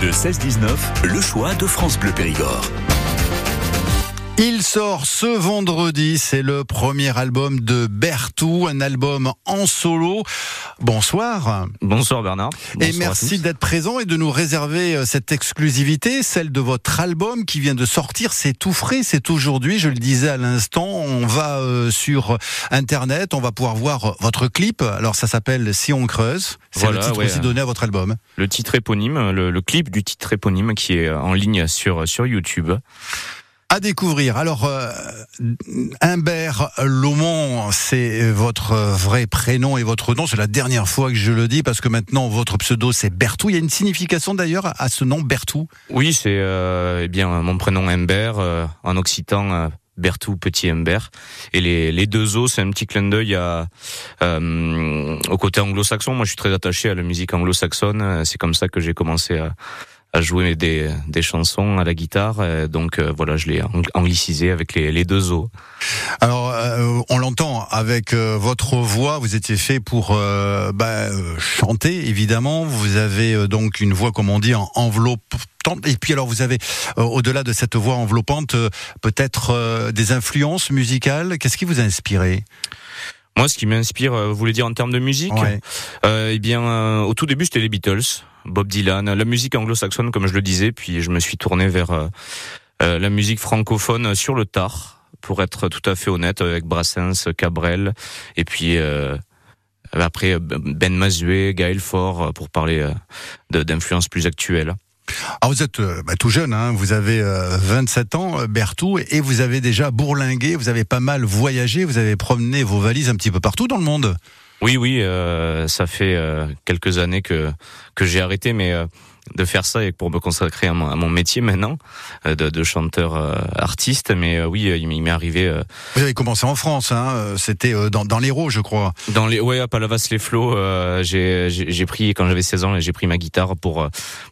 Le 16-19, le choix de France Bleu Périgord. Il sort ce vendredi, c'est le premier album de Berthou, un album en solo. Bonsoir. Bonsoir Bernard. Bonsoir et merci d'être présent et de nous réserver cette exclusivité, celle de votre album qui vient de sortir. C'est tout frais, c'est aujourd'hui, je le disais à l'instant. On va sur Internet, on va pouvoir voir votre clip. Alors ça s'appelle Si on creuse. C'est le titre aussi donné à votre album. Le titre éponyme, le clip du titre éponyme qui est en ligne sur YouTube. À découvrir. Alors, Humbert Laumont, c'est votre vrai prénom et votre nom. C'est la dernière fois que je le dis parce que maintenant votre pseudo c'est Berthou. Il y a une signification d'ailleurs à ce nom Berthou. Oui, c'est mon prénom Humbert en occitan. Berthou, petit Humbert. Et les deux os, c'est un petit clin d'œil au côté anglo-saxon. Moi, je suis très attaché à la musique anglo-saxonne. C'est comme ça que j'ai commencé à jouer des chansons à la guitare. Donc voilà, je l'ai anglicisé avec les deux os. Alors, on l'entend avec votre voix. Vous étiez fait pour chanter, évidemment. Vous avez donc une voix, comme on dit, enveloppante. Et puis alors, vous avez, au-delà de cette voix enveloppante, peut-être des influences musicales. Qu'est-ce qui vous a inspiré ? Moi, ce qui m'inspire, vous voulez dire en termes de musique ? Ouais. Au tout début, c'était les Beatles, Bob Dylan, la musique anglo-saxonne, comme je le disais, puis je me suis tourné vers la musique francophone sur le tard, pour être tout à fait honnête, avec Brassens, Cabrel, et puis après Ben Mazué, Gaël Faure, pour parler d'influences plus actuelles. Alors vous êtes tout jeune, hein, vous avez 27 ans, Berthou, et vous avez déjà bourlingué, vous avez pas mal voyagé, vous avez promené vos valises un petit peu partout dans le monde. Oui, ça fait quelques années que j'ai arrêté, mais de faire ça et pour me consacrer à mon métier maintenant de chanteur artiste. Mais oui, il m'est arrivé. Vous avez commencé en France, hein, c'était dans l'Hérault, je crois. À Palavas-les-Flots, j'ai pris quand j'avais 16 ans, j'ai pris ma guitare pour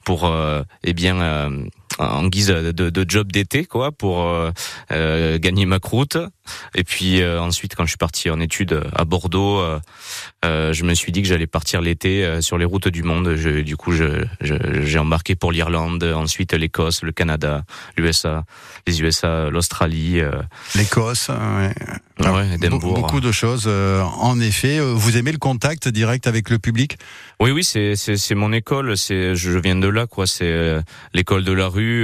en guise de job d'été, quoi, pour gagner ma croûte. Et puis ensuite, quand je suis parti en études à Bordeaux, je me suis dit que j'allais partir l'été sur les routes du monde. J'ai embarqué pour l'Irlande, ensuite l'Écosse, le Canada, les USA, l'Australie. L'Écosse, ouais, Édimbourg. Beaucoup de choses. En effet, vous aimez le contact direct avec le public ? Oui, c'est mon école. Je viens de là, quoi. C'est l'école de la rue.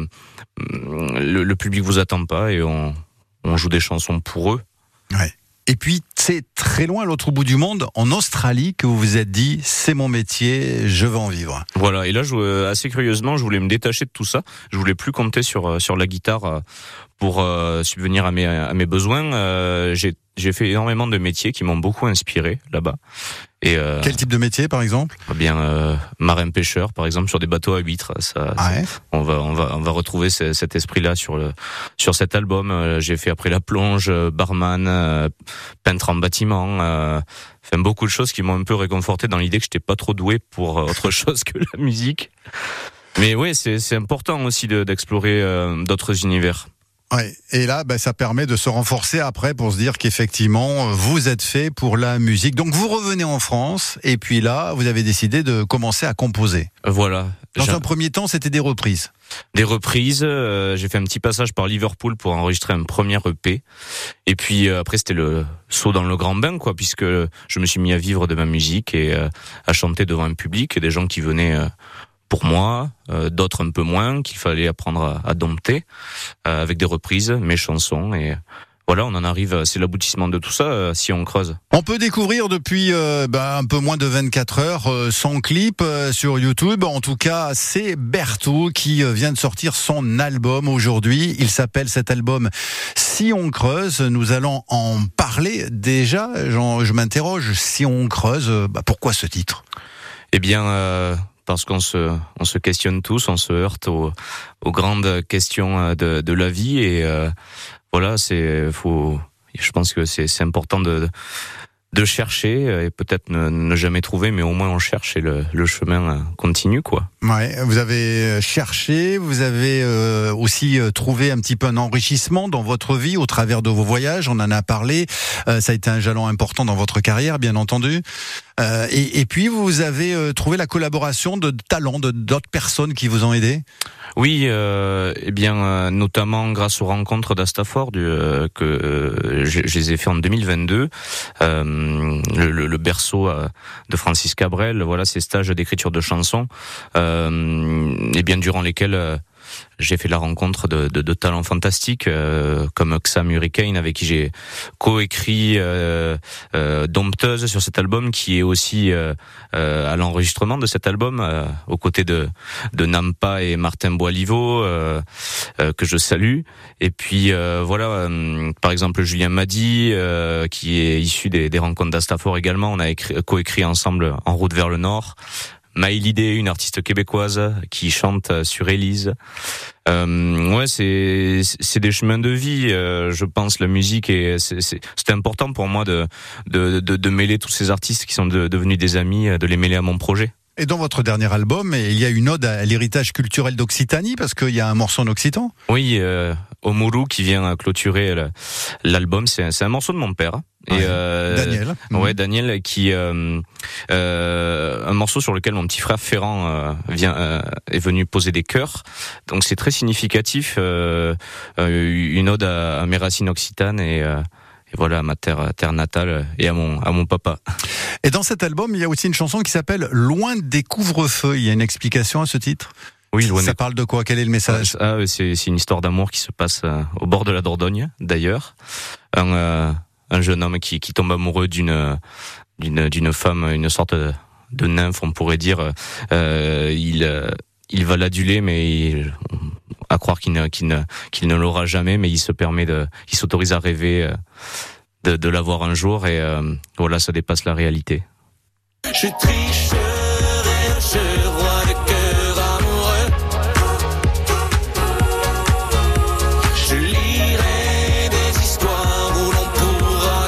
Le public vous attend pas et on joue des chansons pour eux. Ouais. Et puis, c'est très loin à l'autre bout du monde, en Australie, que vous vous êtes dit, c'est mon métier, je veux en vivre. Voilà, et là, assez curieusement, je voulais me détacher de tout ça. Je voulais plus compter sur la guitare pour subvenir à mes besoins. J'ai fait énormément de métiers qui m'ont beaucoup inspiré là-bas. Et quel type de métier, par exemple ? Marin-pêcheur, par exemple, sur des bateaux à huîtres. On va retrouver cet esprit-là sur cet album. J'ai fait après la plonge, barman, peintre en bâtiment. Beaucoup de choses qui m'ont un peu réconforté dans l'idée que j'étais pas trop doué pour autre chose que la musique. Mais oui, c'est important aussi d'explorer d'autres univers. Ouais. Et là, ça permet de se renforcer après pour se dire qu'effectivement, vous êtes fait pour la musique. Donc vous revenez en France et puis là, vous avez décidé de commencer à composer. Voilà. Dans un premier temps, c'était des reprises. Des reprises. J'ai fait un petit passage par Liverpool pour enregistrer un premier EP. Et puis après, c'était le saut dans le grand bain, quoi, puisque je me suis mis à vivre de ma musique et à chanter devant un public, des gens qui venaient pour moi, d'autres un peu moins, qu'il fallait apprendre à dompter, avec des reprises, mes chansons, et voilà, on en arrive, c'est l'aboutissement de tout ça, si on creuse. On peut découvrir depuis un peu moins de 24 heures son clip sur YouTube. En tout cas, c'est Berthou qui vient de sortir son album aujourd'hui. Il s'appelle cet album Si on creuse. Nous allons en parler déjà. Je m'interroge, si on creuse, pourquoi ce titre ? Parce qu'on se questionne tous, on se heurte aux grandes questions de la vie et voilà, je pense que c'est important de chercher et peut-être ne jamais trouver, mais au moins on cherche et le chemin continue, quoi. Ouais, vous avez cherché, vous avez aussi trouvé un petit peu un enrichissement dans votre vie au travers de vos voyages, on en a parlé, ça a été un jalon important dans votre carrière, bien entendu. Et puis vous avez trouvé la collaboration de talents, d'autres personnes qui vous ont aidé. Oui, eh bien, notamment grâce aux rencontres d'Astafor que je les ai fait en 2022, le berceau de Francis Cabrel, voilà, ces stages d'écriture de chansons, et bien durant lesquels j'ai fait la rencontre de talents fantastiques comme Xam Hurricane, avec qui j'ai coécrit Dompteuse sur cet album, qui est aussi à l'enregistrement de cet album aux côtés de Nampa et Martin Bois-Liveau, que je salue. Et puis voilà, par exemple Julien Madi, qui est issu des rencontres d'Astafor également. On a coécrit ensemble En route vers le Nord. Maïlidé, une artiste québécoise qui chante sur Élise. Ouais, c'est des chemins de vie. Je pense la musique, et c'est important pour moi de mêler tous ces artistes qui sont devenus des amis, de les mêler à mon projet. Et dans votre dernier album, il y a une ode à l'héritage culturel d'Occitanie, parce qu'il y a un morceau en occitan. Oui, Omuru qui vient clôturer l'album. C'est un morceau de mon père. Et Daniel. Ouais, Daniel, qui un morceau sur lequel mon petit frère Ferrand est venu poser des chœurs. Donc c'est très significatif, une ode à mes racines occitanes et voilà, à ma terre natale et à mon papa. Et dans cet album, il y a aussi une chanson qui s'appelle Loin des couvre-feux. Il y a une explication à ce titre? Oui, ça parle de quoi? Quel est le message? C'est une histoire d'amour qui se passe au bord de la Dordogne, d'ailleurs. Un jeune homme qui tombe amoureux d'une femme, une sorte de nymphe, on pourrait dire. Il va l'aduler, mais à croire qu'il ne l'aura jamais, mais il s'autorise à rêver de l'avoir un jour, et voilà, ça dépasse la réalité. Je tricherai, je roi de cœur amoureux. Je lirai des histoires où l'on pourra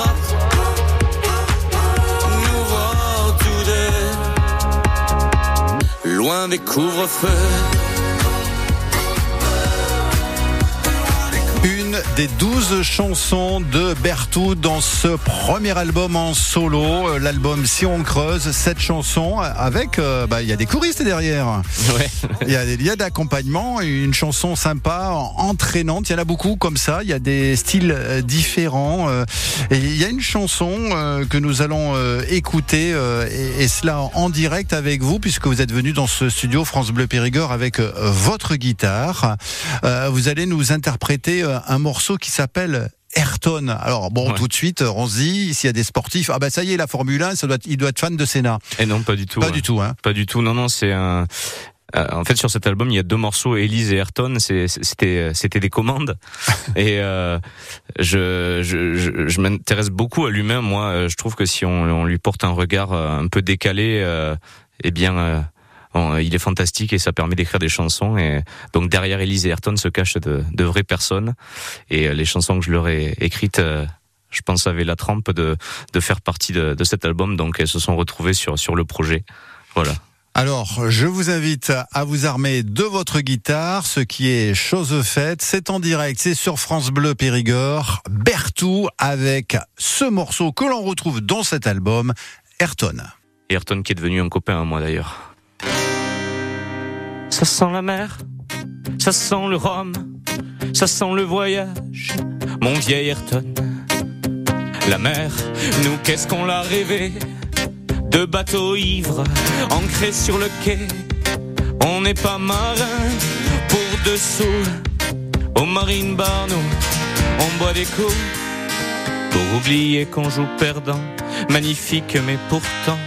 nous voir tous deux, loin des couvre-feux. Une des 12 chansons de Berthoud dans ce premier album en solo, l'album Si on creuse, 7 chansons avec, il y a des choristes derrière. Ouais. Il y a d'accompagnement, une chanson sympa, entraînante, il y en a beaucoup comme ça, il y a des styles différents. Et il y a une chanson que nous allons écouter, et cela en direct avec vous, puisque vous êtes venu dans ce studio France Bleu Périgord avec votre guitare. Vous allez nous interpréter un morceau qui s'appelle Ayrton. Alors bon, tout de suite, on se dit, s'il y a des sportifs, ça y est, la Formule 1, il doit être fan de Senna. Et non, pas du tout. Pas du tout, hein. Pas du tout. Non, c'est un. En fait, sur cet album, il y a 2 morceaux, Élise et Ayrton. C'était des commandes. Et je m'intéresse beaucoup à l'humain. Moi, je trouve que si on lui porte un regard un peu décalé, il est fantastique, et ça permet d'écrire des chansons. Et donc derrière Élise et Ayrton se cachent de vraies personnes. Et les chansons que je leur ai écrites, je pense, avaient la trempe de faire partie de cet album. Donc elles se sont retrouvées sur le projet. Voilà. Alors, je vous invite à vous armer de votre guitare, ce qui est chose faite. C'est en direct, c'est sur France Bleu Périgord. Berthoud avec ce morceau que l'on retrouve dans cet album, Ayrton. Ayrton qui est devenu un copain à moi d'ailleurs. Ça sent la mer, ça sent le rhum, ça sent le voyage, mon vieil Ayrton. La mer, nous qu'est-ce qu'on l'a rêvé, de bateaux ivres, ancrés sur le quai. On n'est pas marin pour dessous, au Marine Bar, nous, on boit des coups, pour oublier qu'on joue perdant, magnifique mais pourtant,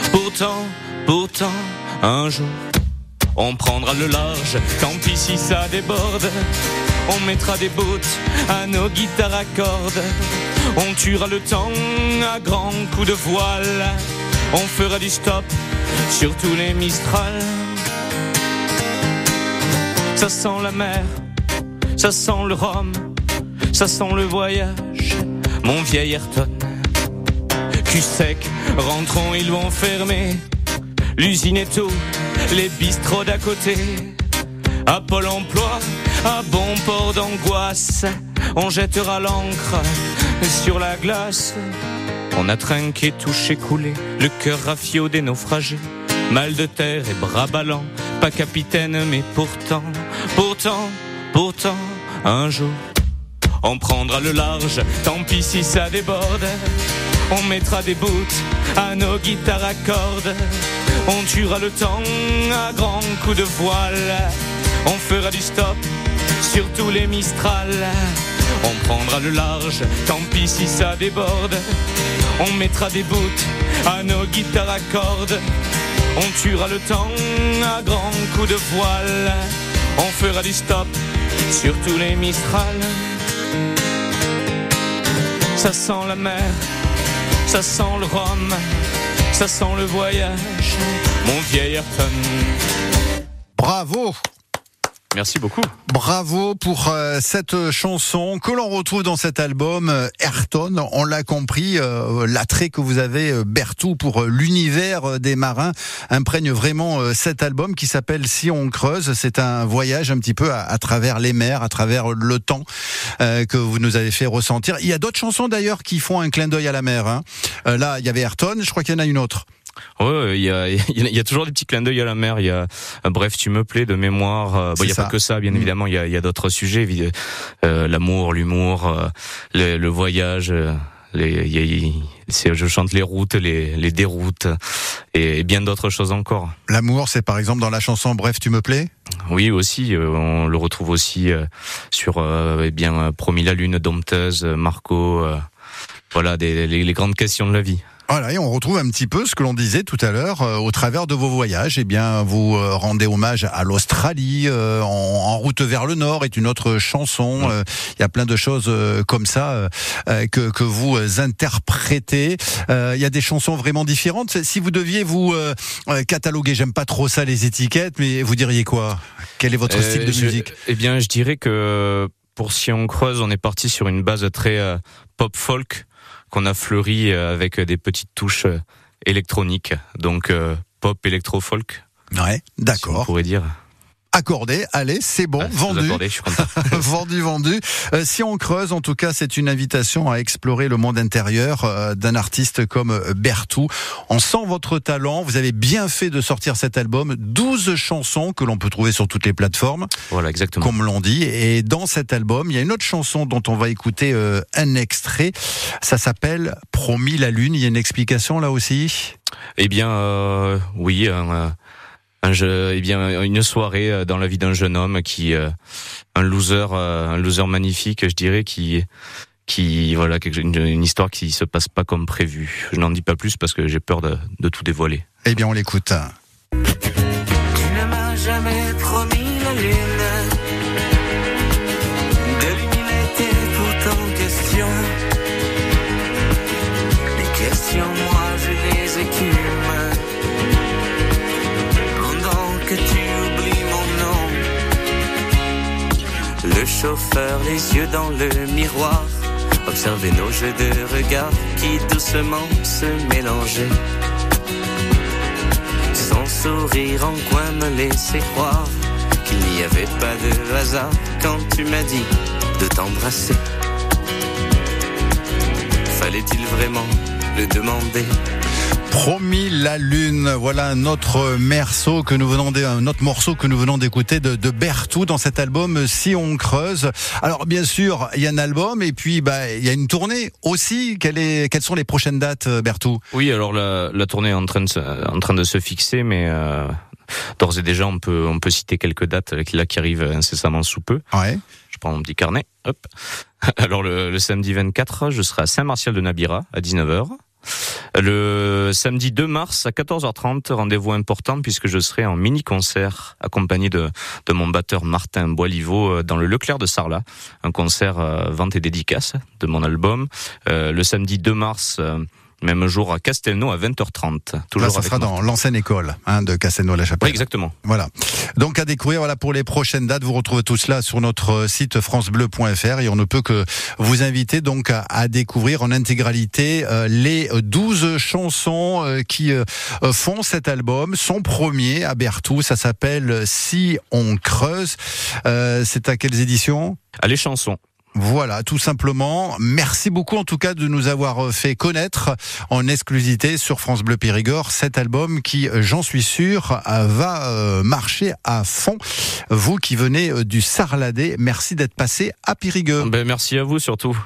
un jour, on prendra le large, tant pis si ça déborde. On mettra des boots à nos guitares à cordes. On tuera le temps à grands coups de voile. On fera du stop sur tous les Mistral. Ça sent la mer, ça sent le rhum, ça sent le voyage, mon vieil Ayrton. cul sec, rentrons, ils vont fermer. L'usine est tout, les bistrots d'à côté. À Pôle emploi, à bon port d'angoisse, on jettera l'encre sur la glace. On a trinqué, touché, coulé, le cœur rafiot des naufragés. Mal de terre et bras ballants, pas capitaine mais pourtant, un jour, on prendra le large, tant pis si ça déborde. On mettra des bouts à nos guitares à cordes. On tuera le temps à grands coups de voile. On fera du stop sur tous les Mistral. On prendra le large, tant pis si ça déborde. On mettra des bouts à nos guitares à cordes. On tuera le temps à grands coups de voile. On fera du stop sur tous les Mistral. Ça sent la mer, ça sent le rhum, ça sent le voyage, mon vieil Ayrton. Bravo! Merci beaucoup. Bravo pour cette chanson que l'on retrouve dans cet album Ayrton. On l'a compris, l'attrait que vous avez, Berthoud, pour l'univers des marins imprègne vraiment cet album qui s'appelle Si on creuse. C'est un voyage un petit peu à travers les mers, à travers le temps que vous nous avez fait ressentir. Il y a d'autres chansons d'ailleurs qui font un clin d'œil à la mer. Hein. Là, il y avait Ayrton, je crois qu'il y en a une autre. Ouais, il y a toujours des petits clins d'œil à la mer. Il y a Bref, tu me plais de mémoire. Il y a pas que ça, bien évidemment. Il y a d'autres sujets, l'amour, l'humour, le voyage. Je chante les routes, les déroutes et bien d'autres choses encore. L'amour, c'est par exemple dans la chanson Bref, tu me plais. Oui, aussi. On le retrouve aussi sur Promis la lune, Dompteuse, Marco. Voilà, les grandes questions de la vie. Voilà, et on retrouve un petit peu ce que l'on disait tout à l'heure au travers de vos voyages. Eh bien, vous rendez hommage à l'Australie, en route vers le Nord est une autre chanson. Il y a plein de choses comme ça que vous interprétez. Il y a des chansons vraiment différentes. Si vous deviez vous cataloguer, j'aime pas trop ça les étiquettes, mais vous diriez quoi? Quel est votre style de musique? Eh bien, je dirais que pour Si on creuse, on est parti sur une base très pop-folk qu'on a fleuri avec des petites touches électroniques, donc pop, électro-folk. Ouais, d'accord. Si on pourrait dire. Accordé, allez, c'est bon, vendu. Accordé, je suis content. vendu. Si on creuse, en tout cas, c'est une invitation à explorer le monde intérieur d'un artiste comme Berthoud. On sent votre talent, vous avez bien fait de sortir cet album, 12 chansons que l'on peut trouver sur toutes les plateformes. Voilà, exactement. Comme l'on dit, et dans cet album, il y a une autre chanson dont on va écouter un extrait, ça s'appelle Promis la lune, il y a une explication là aussi? Eh bien, oui, une soirée dans la vie d'un jeune homme un loser magnifique, je dirais, qui voilà, une histoire qui se passe pas comme prévu. Je n'en dis pas plus parce que j'ai peur de tout dévoiler. Eh bien, on l'écoute. Tu ne m'as jamais promis la lune. De lune il était pourtant question. Les questions, moi je les écume. Que tu oublies mon nom. Le chauffeur, les yeux dans le miroir, observait nos jeux de regard qui doucement se mélangeaient. Son sourire en coin me laissait croire qu'il n'y avait pas de hasard quand tu m'as dit de t'embrasser. Fallait-il vraiment le demander? Promis la lune, voilà un autre morceau que nous venons d'écouter de Berthoud dans cet album Si on creuse. Alors bien sûr, il y a un album et puis il y a une tournée aussi. Quelles sont les prochaines dates, Berthoud? Oui, alors la tournée est en train de se fixer, mais d'ores et déjà on peut citer quelques dates là qui arrivent incessamment sous peu. Ouais. Je prends mon petit carnet. Hop. Alors le samedi 24, je serai à Saint-Martial-de-Nabira à 19h. Le samedi 2 mars à 14h30, rendez-vous important puisque je serai en mini-concert accompagné de mon batteur Martin Boiliveau dans le Leclerc de Sarlat. Un concert vente et dédicace de mon album. Le samedi 2 mars, Même jour à Castelnau à 20h30. Toujours Là, ça sera dans l'ancienne école de Castelnau-la-Chapelle. Oui, exactement. Voilà. Donc à découvrir pour les prochaines dates. Vous retrouvez tout cela sur notre site francebleu.fr et on ne peut que vous inviter donc à découvrir en intégralité les 12 chansons qui font cet album. Son premier à Berthoud, ça s'appelle Si on creuse. C'est à quelles éditions ? À Les Chansons. Voilà, tout simplement. Merci beaucoup en tout cas de nous avoir fait connaître en exclusivité sur France Bleu Périgord cet album qui, j'en suis sûr, va marcher à fond. Vous qui venez du Sarladais, merci d'être passé à Périgueux. Merci à vous surtout.